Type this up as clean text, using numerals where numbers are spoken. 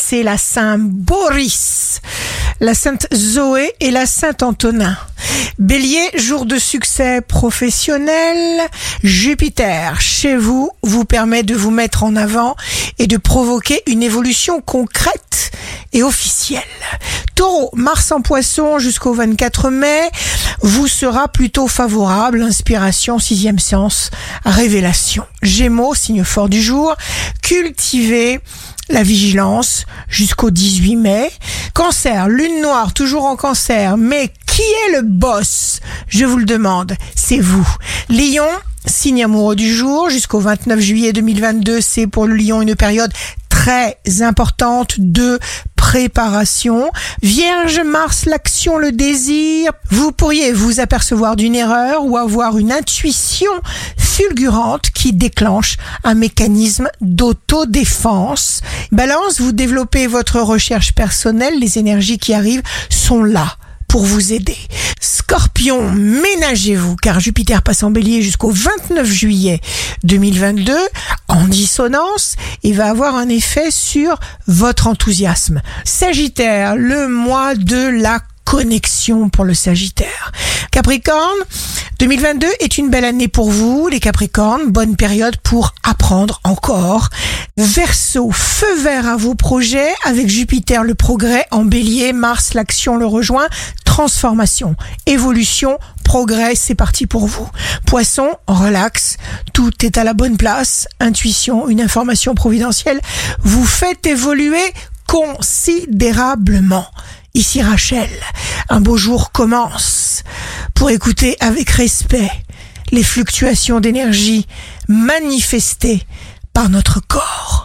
c'est la Saint Boris, la Sainte Zoé et la Saint Antonin. Bélier, jour de succès professionnel. Jupiter, chez vous, vous permet de vous mettre en avant et de provoquer une évolution concrète et officielle. Taureau, Mars en Poisson jusqu'au 24 mai, vous sera plutôt favorable. Inspiration, sixième sens, révélation. Gémeaux, signe fort du jour, cultivez la vigilance jusqu'au 18 mai. Cancer, lune noire, toujours en Cancer, mais qui est le boss? Je vous le demande, c'est vous. Lion, signe amoureux du jour, jusqu'au 29 juillet 2022, c'est pour le Lion une période très importante de préparation. Vierge, Mars, l'action, le désir. Vous pourriez vous apercevoir d'une erreur ou avoir une intuition fulgurante qui déclenche un mécanisme d'autodéfense. Balance, vous développez votre recherche personnelle. Les énergies qui arrivent sont là pour vous aider. Scorpion, ménagez-vous car Jupiter passe en Bélier jusqu'au 29 juillet 2022 en dissonance et va avoir un effet sur votre enthousiasme. Sagittaire, le mois de la connexion pour le Sagittaire. Capricorne, 2022 est une belle année pour vous, les Capricornes, bonne période pour apprendre encore. Verseau, feu vert à vos projets avec Jupiter le progrès en Bélier, Mars l'action le rejoint, transformation, évolution, progrès, c'est parti pour vous. Poisson, relax, tout est à la bonne place, intuition, une information providentielle, vous faites évoluer considérablement. Ici Rachel, un beau jour commence pour écouter avec respect les fluctuations d'énergie manifestées par notre corps.